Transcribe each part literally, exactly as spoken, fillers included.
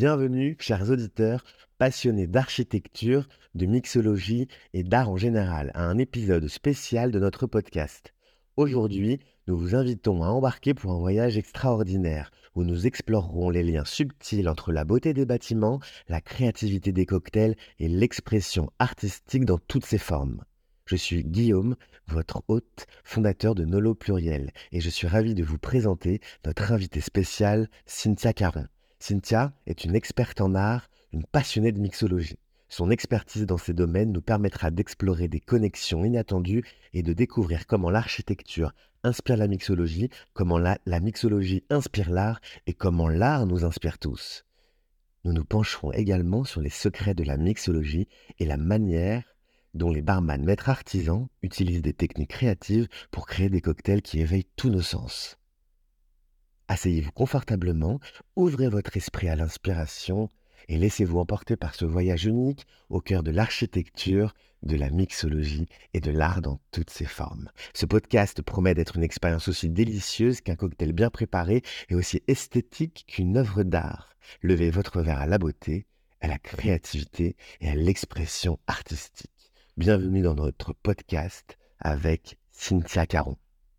Bienvenue, chers auditeurs, passionnés d'architecture, de mixologie et d'art en général, à un épisode spécial de notre podcast. Aujourd'hui, nous vous invitons à embarquer pour un voyage extraordinaire où nous explorerons les liens subtils entre la beauté des bâtiments, la créativité des cocktails et l'expression artistique dans toutes ses formes. Je suis Guillaume, votre hôte, fondateur de Nolo Pluriel, et je suis ravi de vous présenter notre invitée spéciale, Cynthia Caron. Cynthia est une experte en art, une passionnée de mixologie. Son expertise dans ces domaines nous permettra d'explorer des connexions inattendues et de découvrir comment l'architecture inspire la mixologie, comment la, la mixologie inspire l'art et comment l'art nous inspire tous. Nous nous pencherons également sur les secrets de la mixologie et la manière dont les barman maîtres artisans utilisent des techniques créatives pour créer des cocktails qui éveillent tous nos sens. Asseyez-vous confortablement, ouvrez votre esprit à l'inspiration et laissez-vous emporter par ce voyage unique au cœur de l'architecture, de la mixologie et de l'art dans toutes ses formes. Ce podcast promet d'être une expérience aussi délicieuse qu'un cocktail bien préparé et aussi esthétique qu'une œuvre d'art. Levez votre verre à la beauté, à la créativité et à l'expression artistique. Bienvenue dans notre podcast avec Cynthia Caron.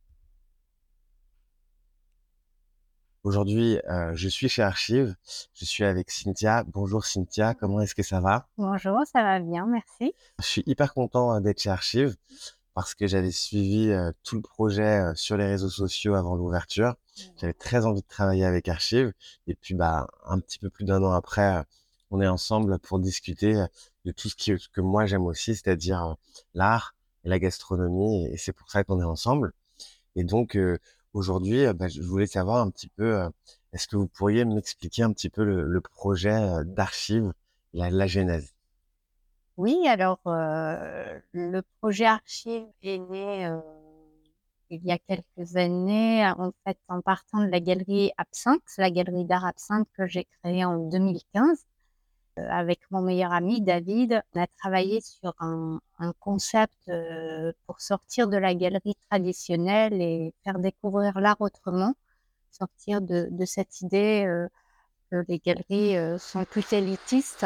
Aujourd'hui, euh, je suis chez Archive. Je suis avec Cynthia. Bonjour Cynthia, comment est-ce que ça va? Bonjour, ça va bien, merci. Je suis hyper content euh, d'être chez Archive parce que j'avais suivi euh, tout le projet euh, sur les réseaux sociaux avant l'ouverture. J'avais très envie de travailler avec Archive. Et puis, bah, un petit peu plus d'un an après, euh, on est ensemble pour discuter euh, de tout ce, qui, ce que moi j'aime aussi, c'est-à-dire euh, l'art et la gastronomie. Et c'est pour ça qu'on est ensemble. Et donc, euh, aujourd'hui, euh, bah, je voulais savoir un petit peu, euh, est-ce que vous pourriez m'expliquer un petit peu le, le projet euh, d'Archive, la, la genèse? Oui, alors euh, le projet Archive est né euh, il y a quelques années, en fait, en partant de la galerie Absinthe, la galerie d'art Absinthe que j'ai créée en deux mille quinze. Euh, avec mon meilleur ami David, on a travaillé sur un, un concept euh, pour sortir de la galerie traditionnelle et faire découvrir l'art autrement, sortir de, de cette idée euh, que les galeries euh, sont plus élitistes,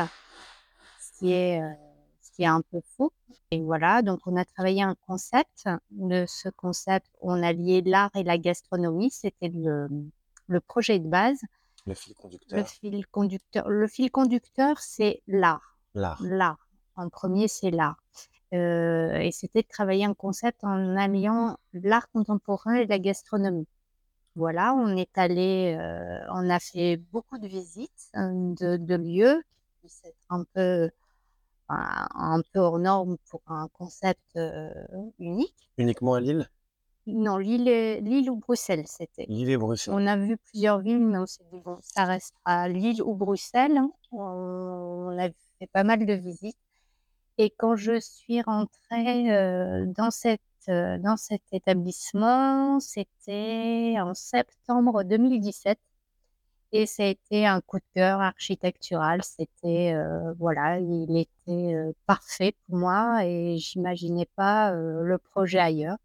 ce qui est, euh, ce qui est un peu faux. Et voilà, donc on a travaillé un concept. De ce concept, on a lié l'art et la gastronomie. C'était le, le projet de base. Le fil Le conducteur, fil conducteur, le fil conducteur, c'est l'art. l'art. L'art. En premier, c'est l'art. Euh, et c'était de travailler un concept en alliant l'art contemporain et la gastronomie. Voilà, on est allé, euh, on a fait beaucoup de visites euh, de, de lieux qui puissent être un peu un, un peu hors norme pour un concept euh, unique. Uniquement à Lille? Non, Lille, et- Lille ou Bruxelles, c'était. Lille et Bruxelles. On a vu plusieurs villes, mais on s'est dit, bon, ça restera Lille ou Bruxelles, hein. On, on a fait pas mal de visites. Et quand je suis rentrée euh, dans, cette, euh, dans cet établissement, c'était en septembre deux mille dix-sept. Et ça a été un coup de cœur architectural. C'était, euh, voilà, il était euh, parfait pour moi et j'imaginais pas euh, le projet ailleurs.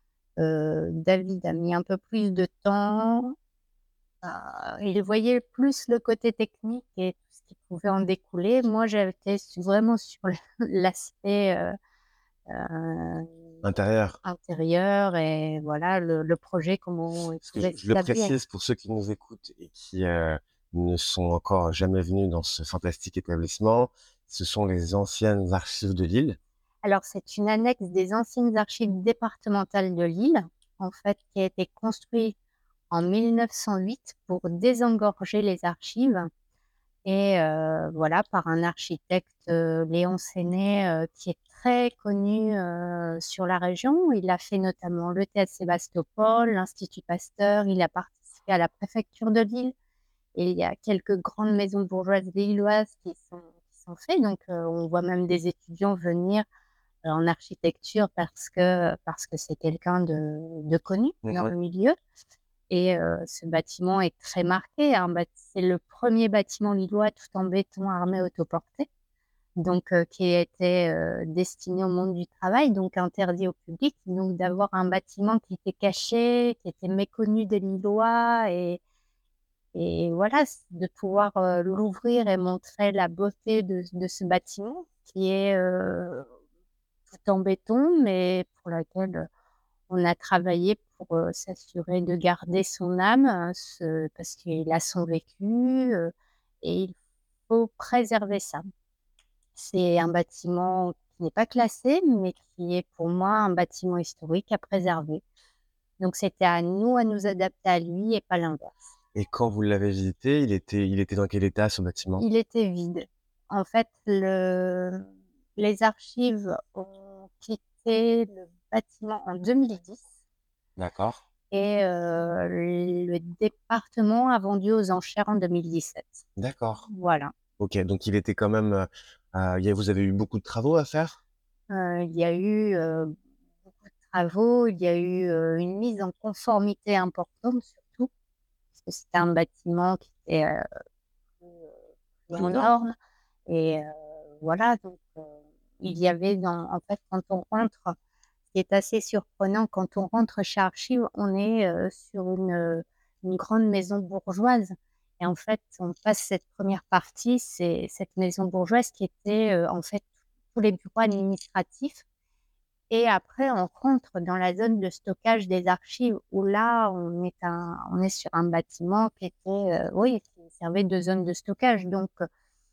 Euh, David a mis un peu plus de temps. Euh, il voyait plus le côté technique et tout ce qui pouvait en découler. Moi, j'étais vraiment sur l'aspect euh, euh, Intérieur. intérieur et voilà, le, le projet, comment il Parce que je, pouvait je le s'établir. précise pour ceux qui nous écoutent et qui euh, ne sont encore jamais venus dans ce fantastique établissement, ce sont les anciennes archives de Lille. Alors, c'est une annexe des anciennes archives départementales de Lille, en fait, qui a été construite en mille neuf cent huit pour désengorger les archives. Et euh, voilà, par un architecte, euh, Léon Séné, euh, qui est très connu euh, sur la région. Il a fait notamment le théâtre Sébastopol, l'Institut Pasteur, il a participé à la préfecture de Lille. Et il y a quelques grandes maisons bourgeoises lilloises qui sont, qui sont faites. Donc, euh, on voit même des étudiants venir euh, en architecture parce que parce que c'est quelqu'un de, de connu dans Mhm. le milieu. Et euh, ce bâtiment est très marqué, hein. Bah, c'est le premier bâtiment lillois tout en béton armé autoporté, donc euh, qui était euh, destiné au monde du travail, donc interdit au public. Donc d'avoir un bâtiment qui était caché, qui était méconnu des Lillois et, et voilà, c de pouvoir, heu, l'ouvrir et montrer la beauté de de ce bâtiment qui est, heu, tout en béton, mais pour laquelle, heu, on a travaillé pour, heu, s'assurer de garder son âme, heu, ce parce qu'il a son vécu, heu et il faut préserver ça. C'est un bâtiment qui n'est pas classé, mais qui est pour moi un bâtiment historique à préserver. Donc c'était à nous, à nous adapter à lui et pas l'inverse. Et quand vous l'avez visité, il était il était dans quel état ce bâtiment? Il était vide. En fait, le les archives ont quitté le bâtiment en deux mille dix D'accord. et heu, le département a vendu aux enchères en deux mille dix-sept. D'accord. Voilà. OK, donc il était quand même, heu, heu, il y a vous avez eu beaucoup de travaux à faire? Heu, il y a eu, heu, beaucoup de travaux, il y a eu, heu, une mise en conformité importante surtout, parce que c'était un bâtiment qui était, heu, plus, heu, plus aux normes et heu, voilà donc heu, il y avait dans en fait, quand on rentre, ce qui est assez surprenant, quand on rentre chez Archives, on est, heu, sur une, heu, une grande maison bourgeoise et en fait, on passe cette première partie, c'est cette maison bourgeoise qui était, heu, en fait, tous les bureaux administratifs et après on rentre dans la zone de stockage des archives où là, on est un on est sur un bâtiment qui était, heu, oui, qui servait de zone de stockage donc heu,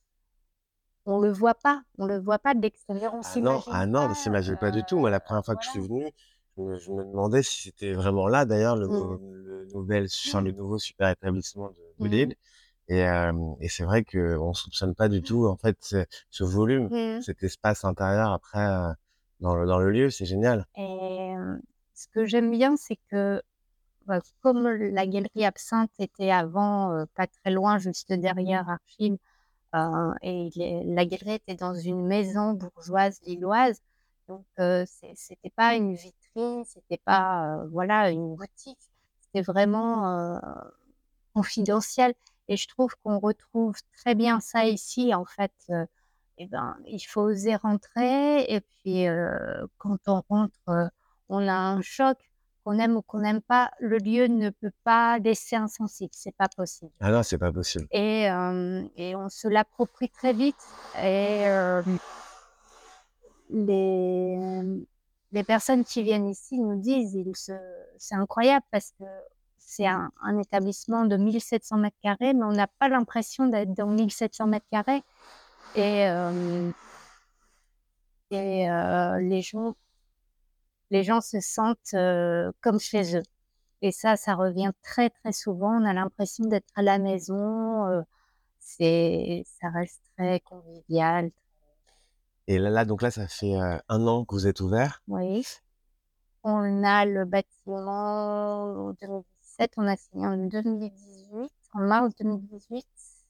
on le voit pas, on le voit pas de l'extérieur, on Ah non, s'imagine ah non, mais pas, s'imagine pas du tout. Moi, la heu, première fois que je voilà. suis venu, je me je me demandais si c'était vraiment là d'ailleurs le Mmh. nou le nouvel enfin le nouveau super établissement de de Mmh. Lille et hem et c'est vrai qu'on soupçonne pas du tout en fait ce ce volume, Mmh. cet espace intérieur après, heu, dans le dans le lieu, c'est génial. Et hem, ce que j'aime bien, c'est que, bah, comme la galerie Absinthe était avant, heu, pas très loin, juste derrière Archives, heu et les la galerie était dans une maison bourgeoise lilloise, donc heu, c'est c'était pas une vitrine, c'était pas, heu, voilà, une boutique. C'était vraiment, heu, confidentiel et je trouve qu'on retrouve très bien ça ici, en fait, heu et ben, il faut oser rentrer et puis, heu, quand on rentre, heu, on a un choc. Qu'on aime ou qu'on n'aime pas, le lieu ne peut pas laisser insensible, c'est pas possible Ah non, c'est pas possible. et hem et on se l'approprie très vite et hem, les, mmh, les personnes qui viennent ici nous disent, ils se c'est incroyable parce que c'est un un établissement de mille sept cents mètres carrés, mais on n'a pas l'impression d'être dans mille sept cents mètres carrés et hem et heu, les gens les gens se sentent, heu, comme chez eux et ça, ça revient très, très souvent. On a l'impression d'être à la maison, heu, c'est ça reste très convivial. Et là là, donc là, ça fait, heu, un an que vous êtes ouvert? Oui. On a le bâtiment en deux mille dix-sept, on a signé en deux mille dix-huit, en mars deux mille dix-huit.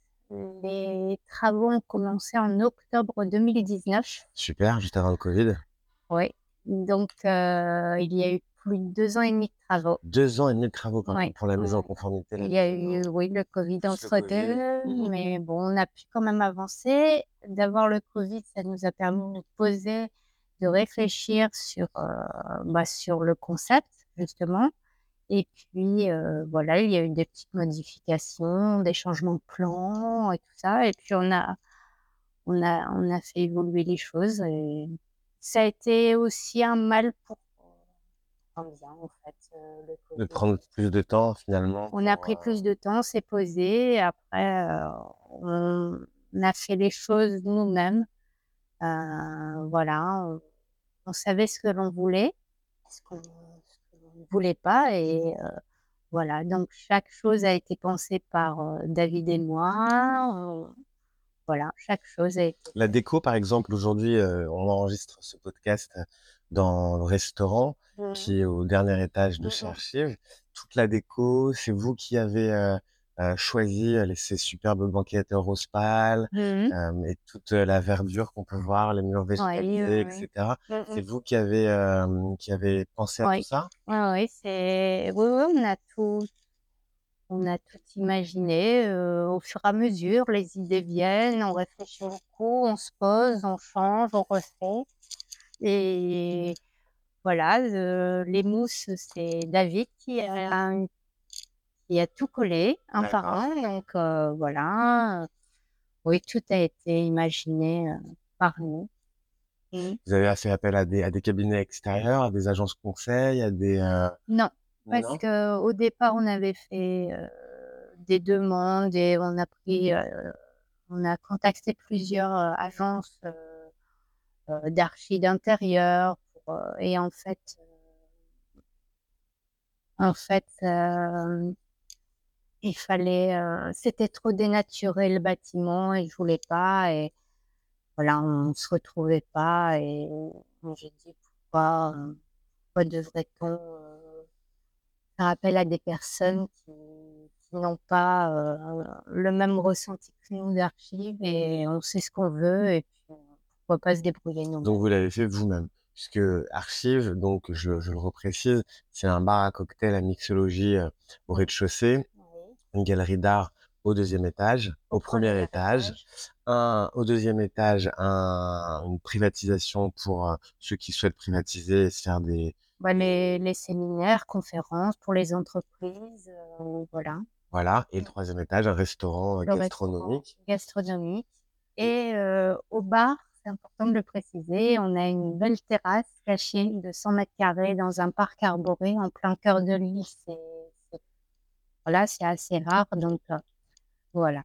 Les travaux ont commencé en octobre deux mille dix-neuf. Super, juste avant le covid. Oui, donc heu, il y a eu plus de deux ans et demi de travaux. deux ans et demi de travaux quand même Oui, pour la mise ouais. en conformité, la Il y a mise aux eu, normes, oui, le covid plus le entre covid. deux, mais bon, on a pu quand même avancer. D'avoir le covid, ça nous a permis de nous poser, de réfléchir sur, heu, bah, sur le concept justement et puis, heu, voilà, il y a eu des petites modifications, des changements de plan et tout ça et puis on a on a on a fait évoluer les choses et ça a été aussi un mal pour un bien en fait, heu, le De covid. prendre plus de temps finalement On a pour, pris heu plus de temps, on s'est posé, après, heu, on a fait les choses nous-mêmes. Heu, voilà, on on savait ce que l'on voulait, ce qu'on ce que l'on ne voulait pas et heu, voilà, donc chaque chose a été pensée par, heu, David et moi, heu, voilà, chaque chose a été la déco par exemple aujourd'hui, heu, on enregistre ce podcast, heu, dans le restaurant mmh qui est au dernier étage de mh, chez mmh Archives. Toute la déco, c'est vous qui avez, heu heu, choisi, heu, les ces superbes banquettes rose pâle, mh. Mmh. hem et toute, heu, la verdure qu'on peut voir, les murs Oui, oui, végétalisés et oui. cetera. Mmh C'est mh. vous qui avez, hem, qui avez pensé à tout Oui. ça? Oui, oui, c'est oui, oui, on a tout On a tout imaginé, heu, au fur et à mesure, les idées viennent, on réfléchit beaucoup, on se pose, on change, on refait et voilà, heu, les mousses, c'est David qui a qui a tout collé un par D'accord. un, donc heu, voilà, heu, oui, tout a été imaginé, heu, par nous. Mmh. Vous avez fait appel à des à des cabinets extérieurs, à des agences conseil, à des, heu Non, parce non? qu'au départ, on avait fait, heu, des demandes et on a pris, heu, on a contacté plusieurs, heu, agences, heu heu, d'archi d'intérieur pour, heu et en fait, heu, en fait, hem, il fallait, heu, c'était trop dénaturé le bâtiment et je voulais pas et voilà, on se retrouvait pas et moi j'ai dit: «Pourquoi, heu, pourquoi devrait-on, heu, faire appel à des personnes qui qui n'ont pas, heu, le même ressenti que nous d'archives et on sait ce qu'on veut et puis, heu, pourquoi pas se débrouiller Donc nous-mêmes?» vous l'avez fait vous-même? Puisque Archive, donc je je le reprécise, c'est un bar à cocktail à mixologie, heu, au Mmh. rez-de-chaussée, Oui, une galerie d'art au deuxième étage, au au premier premier étage, étage. un au deuxième étage, un une privatisation pour, heu, ceux qui souhaitent privatiser et se faire des Bah, les des les séminaires, conférences pour les entreprises, heu, voilà. voilà, et le Mmh. troisième étage, un restaurant, heu, Le restaurant gastronomique. gastronomique Et et heu, au bar, c'est important de le préciser, on a une belle terrasse cachée de cent mètres carrés dans un parc arboré en plein cœur de l'île. C'est c'est voilà, c'est assez rare donc heu, voilà.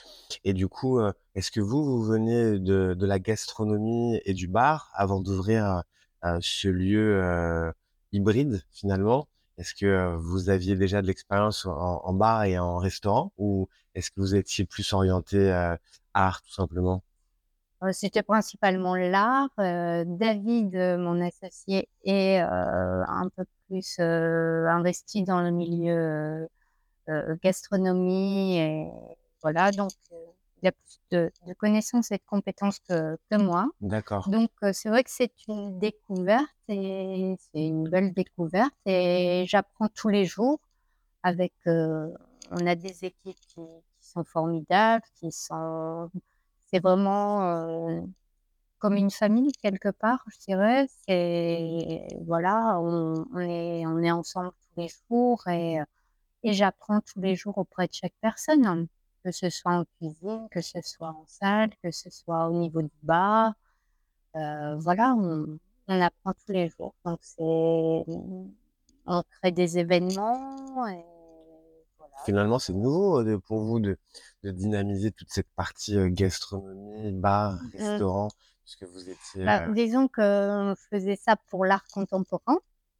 et du coup, heu, est-ce que vous, vous veniez de de la gastronomie et du bar avant d'ouvrir, heu heu, ce lieu, heu, hybride finalement? Est-ce que, heu, vous aviez déjà de l'expérience en en bar et en restaurant? Ou est-ce que vous étiez plus orienté, heu, art tout simplement? Heu, c'était principalement l'art, heu, David, heu, mon associé est, heu, un peu plus, heu, investi dans le milieu, heu, gastronomie et voilà donc heu, il a plus de de connaissances et de compétences que que moi. D'accord. Donc heu, c'est vrai que c'est une découverte et c'est une belle découverte et j'apprends tous les jours avec, heu, on a des équipes qui qui sont formidables, qui sont c'est vraiment, heu, comme une famille quelque part, je dirais. C'est voilà, on on est on est ensemble tous les jours et heu et j'apprends tous les jours auprès de chaque personne, hein, que ce soit en cuisine, que ce soit en salle, que ce soit au niveau du bar. Heu, voilà, on on apprend tous les jours. Donc c'est on crée des événements et voilà donc Finalement, c'est nouveau, heu, de pour vous de de dynamiser toute cette partie, heu, gastronomie, bar, mmh, restaurant, puisque vous étiez, bah, heu disons que je faisais ça pour l'art contemporain.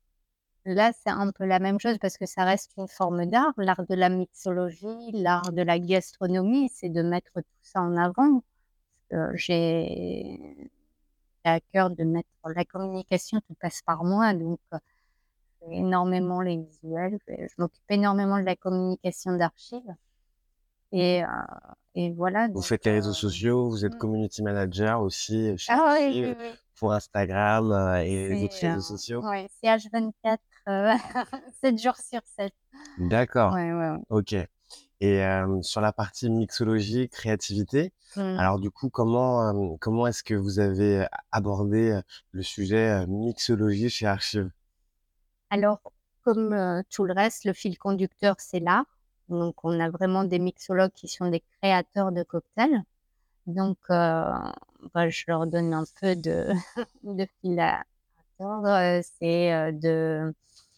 Là, c'est un peu la même chose parce que ça reste une forme d'art, l'art de la mixologie, l'art de la gastronomie, c'est de mettre tout ça en avant. Heu, j'ai à cœur de mettre la communication qui passe par moi donc heu, énormément les visuels, et je m'occupe énormément de la communication d'archives et heu et voilà Vous donc faites les réseaux heu, sociaux, vous êtes mmh. community manager aussi chez Ah oui, oui, Archive oui, pour Instagram, heu, et les autres c'est, heu, réseaux sociaux? ouais, c'est H vingt-quatre, heu, sept jours sur sept. D'accord, Ouais, ouais, ouais. OK, et hem, sur la partie mixologie, créativité, Mmh. alors du coup, comment, hem, comment est-ce que vous avez abordé, heu, le sujet, heu, mixologie chez Archive? Alors, comme, heu, tout le reste, le fil conducteur, c'est l'art. Donc on a vraiment des mixologues qui sont des créateurs de cocktails. Donc heu, bah, je leur donne un peu de de fil à retordre, heu, c'est, heu, de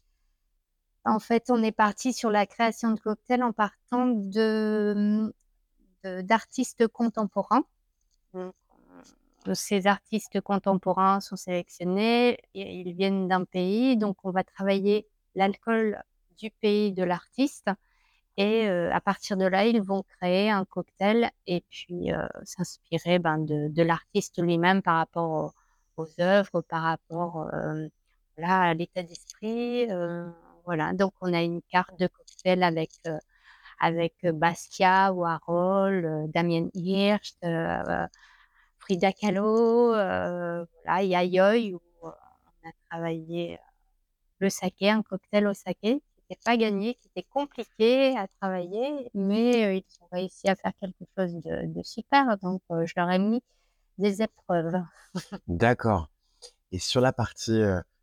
en fait, on est parti sur la création de cocktails en partant de, mmh, de d'artistes contemporains. Donc heu, ces artistes contemporains sont sélectionnés et ils viennent d'un pays, donc on va travailler l'alcool du pays de l'artiste et heu, à partir de là, ils vont créer un cocktail et puis, heu, s'inspirer, ben, de de l'artiste lui-même par rapport aux aux œuvres, par rapport, hem, voilà, à l'état d'esprit, heu, voilà. Donc on a une carte de cocktail avec, heu, avec, heu, Basquiat, Warhol, heu, Damien Hirst, heu, Frida Kahlo, heu, voilà, Yayoi où, heu, on a travaillé, le saké, un cocktail au saké, qui était pas gagné, qui était compliqué à travailler, mais heu, ils ont réussi à faire quelque chose de de super, donc heu, je leur ai mis des épreuves. D'accord, et sur la partie, heu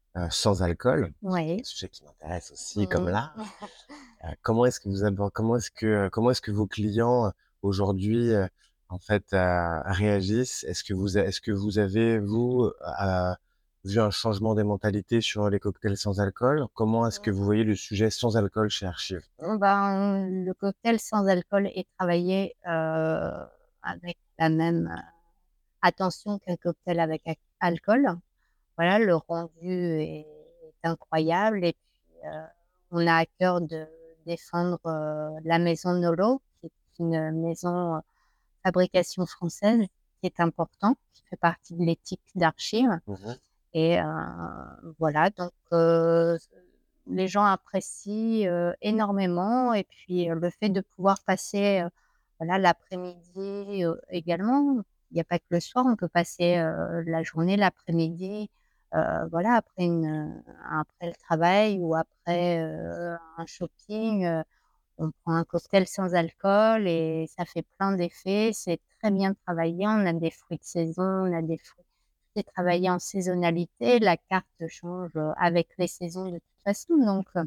heu, sans alcool, Oui. un sujet qui m'intéresse aussi comme Mmh. l'art. Heu, comment est-ce que vous abord comment est-ce que comment est-ce que vos clients, heu, aujourd'hui, heu, en fait, heu, réagissent? Est-ce que vous a est-ce que vous avez, vous, heu, vu un changement des mentalités sur les cocktails sans alcool? Comment est-ce que vous voyez le sujet sans alcool chez Archive? Mmh, ben, le cocktail sans alcool est travaillé, heu, avec la même, heu, attention qu'un cocktail avec ac alcool. Voilà, le rendu est est incroyable et puis, heu, on a à cœur de défendre, heu, la maison Nolo, qui est une maison, heu, fabrication française, qui est important, qui fait partie de l'éthique d'Archives Mmh. et heu, voilà donc heu, les gens apprécient, heu, énormément et puis, heu, le fait de pouvoir passer, heu, voilà l'après-midi, heu, également. Il y a pas que le soir, on peut passer, heu, la journée, l'après-midi, heu, voilà après une, heu, après le travail ou après, heu, un shopping, heu, on prend un cocktail sans alcool et ça fait plein d'effets. C'est très bien travaillé, on a des fruits de saison, on a des fruits c'est travaillé en saisonnalité, la carte change, heu, avec les saisons de toute façon donc heu,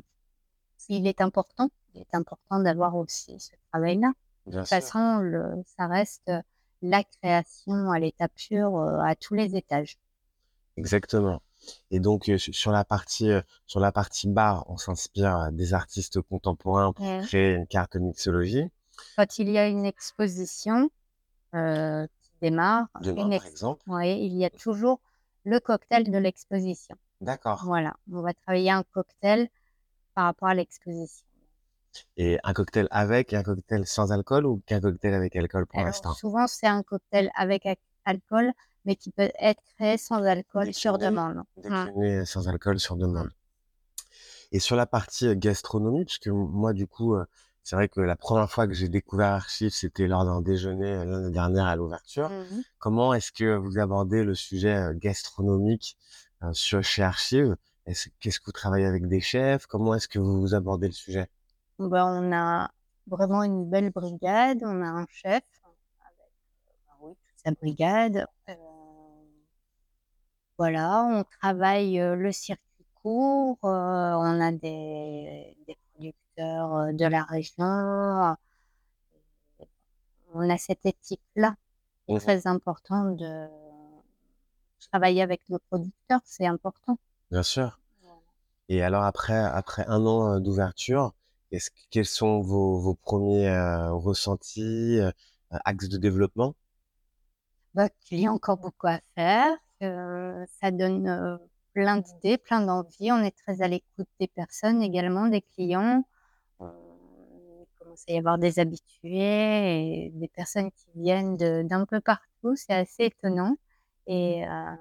il est important il est important d'avoir aussi ce travail-là. De Bien toute sûr. façon, le ça reste, heu, la création à l'état pur, heu, à tous les étages. Exactement. Et donc, heu, su sur la partie, heu, sur la partie bar, on s'inspire, heu, des artistes contemporains pour Mmh. créer une carte mixologie. Quand il y a une exposition, heu, qui démarre, Demain, une par ex exemple? oui, il y a toujours le cocktail de l'exposition. D'accord. Voilà, on va travailler un cocktail par rapport à l'exposition. Et un cocktail avec et un cocktail sans alcool ou qu'un cocktail avec alcool pour Alors l'instant? souvent, c'est un cocktail avec ac alcool, mais qui peut être créé sans alcool sur Décliné demande. Mmh. décliné sans alcool sur Mmh. demande. Et sur la partie, heu, gastronomie, puisque m moi, du coup, heu, c'est vrai que la première fois que j'ai découvert Archive, c'était lors d'un déjeuner, heu, l'année dernière à l'ouverture. Mmh mh. Comment est-ce que vous abordez le sujet, heu, gastronomique, heu, sur chez Archive? Est-ce qu'est-ce que vous travaillez avec des chefs? Comment est-ce que vous abordez le sujet? Bah, on a vraiment une belle brigade, on a un chef avec, bah, oui, toute sa brigade, heu, voilà, on travaille, heu, le circuit court, heu, on a des des producteurs, heu, de la région, heu, on a cette éthique-là qui est Mmh. très important de travailler avec nos producteurs, c'est important. Bien sûr. Voilà. Et alors après après un an, heu, d'ouverture, est-ce q quels sont vos vos premiers ers ressentis, heu, axes de développement? Bah, qu'il y a encore beaucoup à faire, que ça donne, heu, plein d'idées, plein d'envies. On est très à l'écoute des personnes également, des clients. Heu, il commence à y avoir des habitués et des personnes qui viennent de d'un peu partout, c'est assez étonnant et heu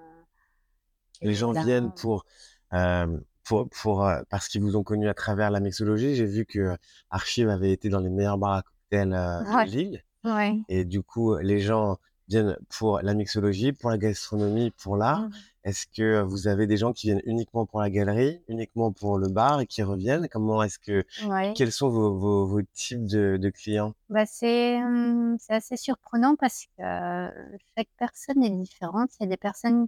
Les et gens voilà. viennent pour, hem, pour pour, heu, parce qu'ils vous ont connu à travers la mixologie. J'ai vu que Archive avait été dans les meilleurs bars à cocktails, heu, de Ouais, Lille ouais. et du coup, les gens viennent pour la mixologie, pour la gastronomie, pour l'art. Mmh. Est-ce que vous avez des gens qui viennent uniquement pour la galerie, uniquement pour le bar et qui reviennent? Comment est-ce que Ouais. quels sont vos vos vos types de de clients? Bah, c'est, hem, c'est assez surprenant parce que chaque personne est différente. Il y a des personnes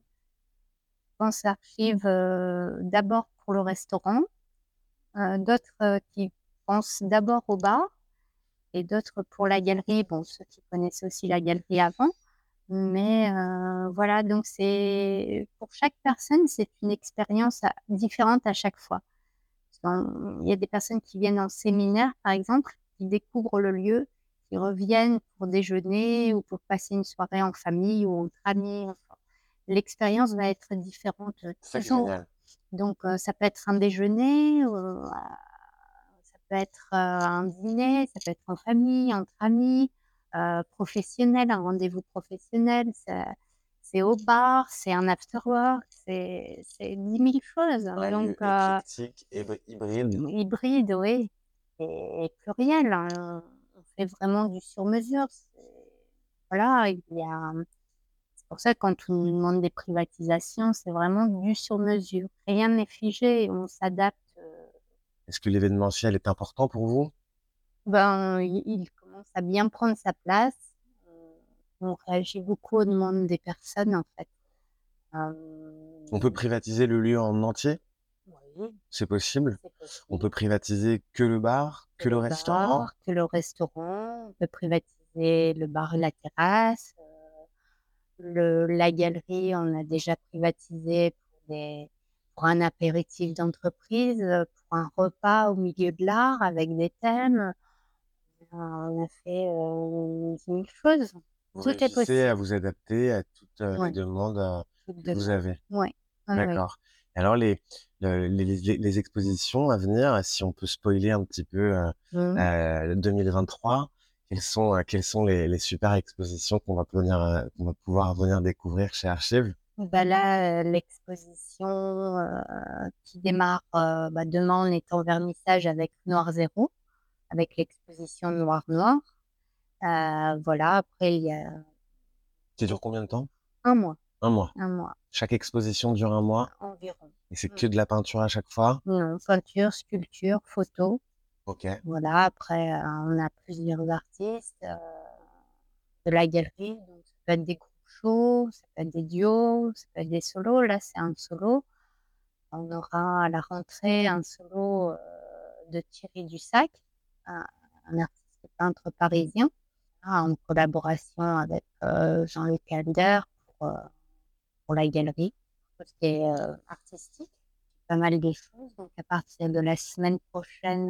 pense Archive, heu, d'abord pour le restaurant, heu, d'autres, heu, qui pensent d'abord au bar et d'autres pour la galerie. Bon, ceux qui connaissaient aussi la galerie avant, mais heu, voilà, donc c'est pour chaque personne, c'est une expérience à différente à chaque fois. Parce qu'en il y a des personnes qui viennent en séminaire, par exemple, qui découvrent le lieu, qui reviennent pour déjeuner ou pour passer une soirée en famille ou entre amis, enfin, l'expérience va être différente, heu, C'est ça qui est toujours. génial. Donc heu, ça peut être un déjeuner, heu, ça peut être, heu, un dîner, ça peut être en famille, entre amis, heu, professionnel, un rendez-vous professionnel, ça c'est au bar, c'est un after work, c'est c'est dix mille choses. Un Donc lieu heu, éclectique et b hybride. hybride, oui et pluriel, hein, on fait vraiment du sur mesure. C'est voilà, il y a c'est pour ça que quand on nous demande des privatisations, c'est vraiment du sur mesure. Rien n'est figé, on s'adapte, heu, Est-ce que l'événementiel est important pour vous? ben, il il commence à bien prendre sa place. Heu, on réagit beaucoup aux demandes des personnes, en fait. On peut Hem, privatiser le lieu en entier? oui, C'est possible? c'est On peut possible. privatiser que le bar, Que que le le restaurant? bar, que le restaurant, on peut privatiser le bar et la terrasse, le la galerie, on a déjà privatisé pour des pour un apéritif d'entreprise, heu, pour un repas au milieu de l'art avec des thèmes. Heu, on a fait, heu, dix mille choses. Vous Tout est réussissez à possible. vous adapter à toutes, heu, les Ouais, demandes, heu, toute que vous demande. avez? Ouais. Oui, oui. D'accord. Et alors les le les les les expositions à venir, si on peut spoiler un petit peu, heu Mmh. heu, deux mille vingt-trois, quelles sont, heu, quelles sont les les super expositions qu'on va venir, heu, qu'on va pouvoir venir découvrir chez Archives? Bah, là, heu, l'exposition, heu, qui démarre, heu, bah, demain, on est en vernissage avec Noir Zéro, avec l'exposition Noir Noir. Heu, voilà, après il y a Ça dure combien de temps? un mois, Un mois. un mois Chaque exposition dure un mois environ. et c'est Mmh. que de la peinture à chaque fois? Non, peinture, sculpture, photo, OK. voilà, après, heu, on a plusieurs artistes, heu, de la galerie, donc ça peut être des groupes chauds, ça peut être des duos, ça peut être des solos. Là, c'est un solo. On aura à la rentrée un solo, heu, de Thierry Dussac, un un artiste peintre parisien, ah, en collaboration avec, heu, Jean-Luc Helder pour, heu, pour la galerie, tout ce qui est, heu, artistique, pas mal de choses. Donc à partir de la semaine prochaine,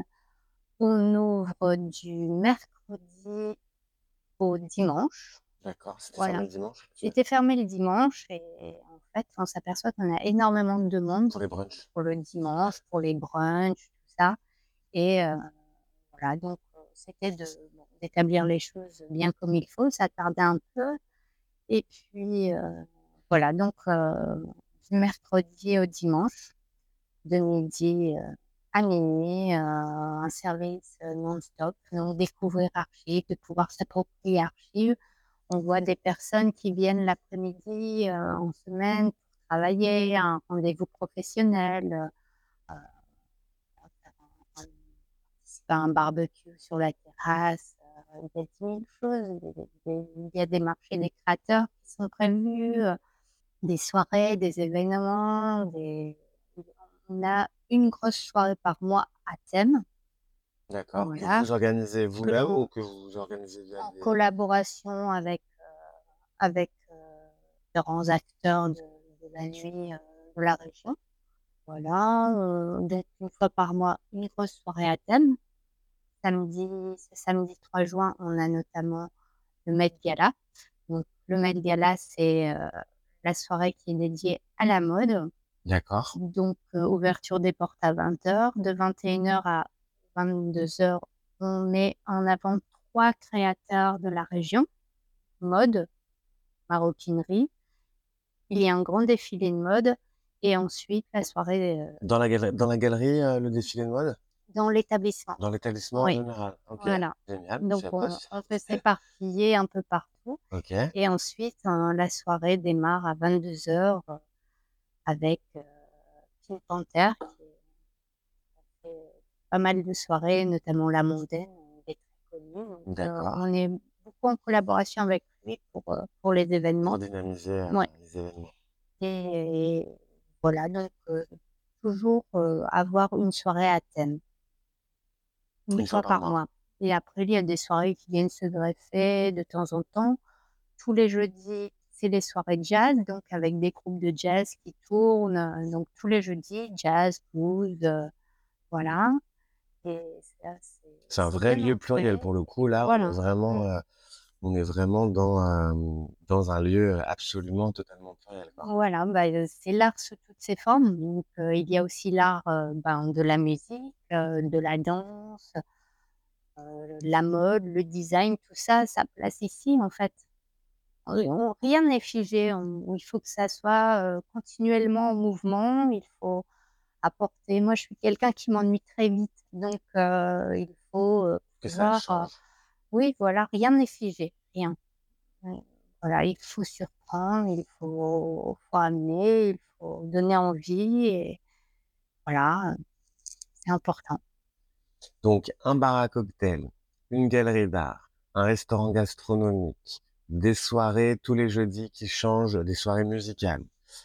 on ouvre du mercredi au dimanche. D'accord, c'était fermé Voilà. le dimanche? C'était fermé le dimanche et en fait, on s'aperçoit qu'on a énormément de demandes Pour les brunchs? pour le dimanche, pour les brunchs, tout ça et heu, voilà donc heu, c'était de bon, d'établir les choses bien comme il faut. Ça tardait un peu et puis, heu, voilà donc heu, du mercredi au dimanche, de midi, heu, à minuit, heu, un service, heu, non-stop, donc découvrir Archives, de pouvoir s'approprier Archives. On voit des personnes qui viennent l'après-midi, heu, en semaine pour travailler, un rendez-vous professionnel, heu, heu, participer à un barbecue sur la terrasse, heu, il y a dix mille choses. Des des des il y a des marchés des créateurs qui sont prévus, heu, des soirées, des événements, des on a une grosse soirée par mois à thème, D'accord. Que voilà, vous organisez que vous-même ou que vous organisez via en des collaboration avec avec, heu, différents acteurs de de la nuit, heu, de la région. Voilà, heu, donc une fois par mois, une grosse soirée à thème. Samedi Ce samedi trois juin, on a notamment le Met Gala. Donc le Met Gala, c'est, heu, la soirée qui est dédiée à la mode. d'accord, Donc heu, ouverture des portes à vingt heures. De vingt et une heures à vingt-deux heures, on met en avant trois créateurs de la région, mode, maroquinerie. Il y a un grand défilé de mode et ensuite la soirée, heu, dans la galerie dans la galerie, heu, le défilé de mode? dans l'établissement. Dans l'établissement en Oui, général? OK, voilà. génial, je Donc savais pas on ça. on peut s'éparpiller un peu partout OK. et ensuite, heu, la soirée démarre à vingt-deux heures, heu, avec, heu, Pink Panther qui fait pas mal de soirées, notamment La Mondaine, où il est très connu. Donc heu, D'accord, on est beaucoup en collaboration avec lui pour, heu, pour les pour événements. dynamiser, heu, Ouais les événements. et voilà donc heu, toujours, heu, avoir une soirée à thème. Une Une fois fois par par mois. mois et après il y a des soirées qui viennent se greffer de temps en temps. Tous les jeudis, c'est les soirées jazz, donc avec des groupes de jazz qui tournent, heu, donc tous les jeudis, jazz, blues, heu, voilà et ça c'est C'est un c'est vrai bien lieu pluriel ancré. pour le coup, là, on est Voilà. Mmh. vraiment, heu, on est vraiment dans, hem, dans un lieu absolument totalement pluriel, quoi. Voilà, bah, heu, c'est l'art sous toutes ses formes, donc heu, il y a aussi l'art, heu, ben, de la musique, heu, de la danse, heu, la mode, le design, tout ça a sa place ici, en fait. Oui, on rien n'est figé, on il faut que ça soit, heu, continuellement en mouvement, il faut apporter moi je suis quelqu'un qui m'ennuie très vite, donc heu, il faut, heu, Que ça pouvoir, heu change. oui voilà, rien n'est figé, rien. Mmh, voilà, il faut surprendre, il faut faut amener, il faut donner envie et voilà, heu, c'est important. Donc un bar à cocktail, une galerie d'art, un restaurant gastronomique, des soirées tous les jeudis qui changent, des soirées musicales,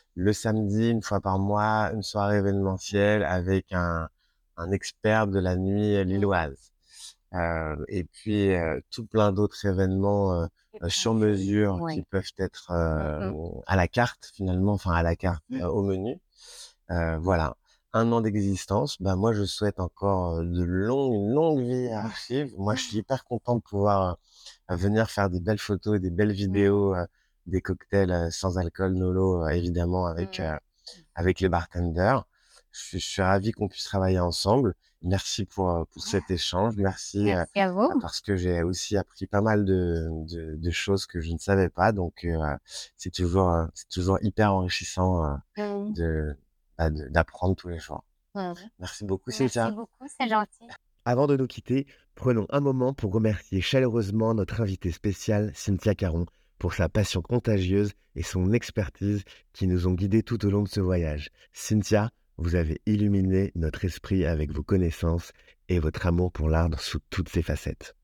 le samedi, une fois par mois, une soirée événementielle avec un, un expert de la nuit Mmh. lilloise. Euh, et puis, euh, tout plein d'autres événements euh, Et euh, sur ponctuel. mesure qui Ouais. peuvent être Mmh euh, mh. à la carte, finalement, enfin à la carte, Mmh. euh, au menu. Euh, voilà. Un an d'existence, bah moi je souhaite encore euh, de longues, une longue vie à Archive. Moi je suis hyper content de pouvoir euh, venir faire des belles photos et des belles Mmh. vidéos, euh, des cocktails euh, sans alcool, nolo, euh, évidemment avec Mmh. euh, avec les bartenders. Je suis, je suis ravi qu'on puisse travailler ensemble. Merci pour euh, pour cet échange. Merci euh, Merci à euh, vous. parce que j'ai aussi appris pas mal de de, de choses que je ne savais pas. Donc euh, c'est toujours euh, c'est toujours hyper enrichissant euh, Mmh. de bah, de- d'apprendre tous les jours. Mmh. Merci beaucoup, Merci Cynthia. beaucoup, c'est gentil. Avant de nous quitter, prenons un moment pour remercier chaleureusement notre invitée spéciale, Cynthia Caron, pour sa passion contagieuse et son expertise qui nous ont guidés tout au long de ce voyage. Cynthia, vous avez illuminé notre esprit avec vos connaissances et votre amour pour l'art sous toutes ses facettes.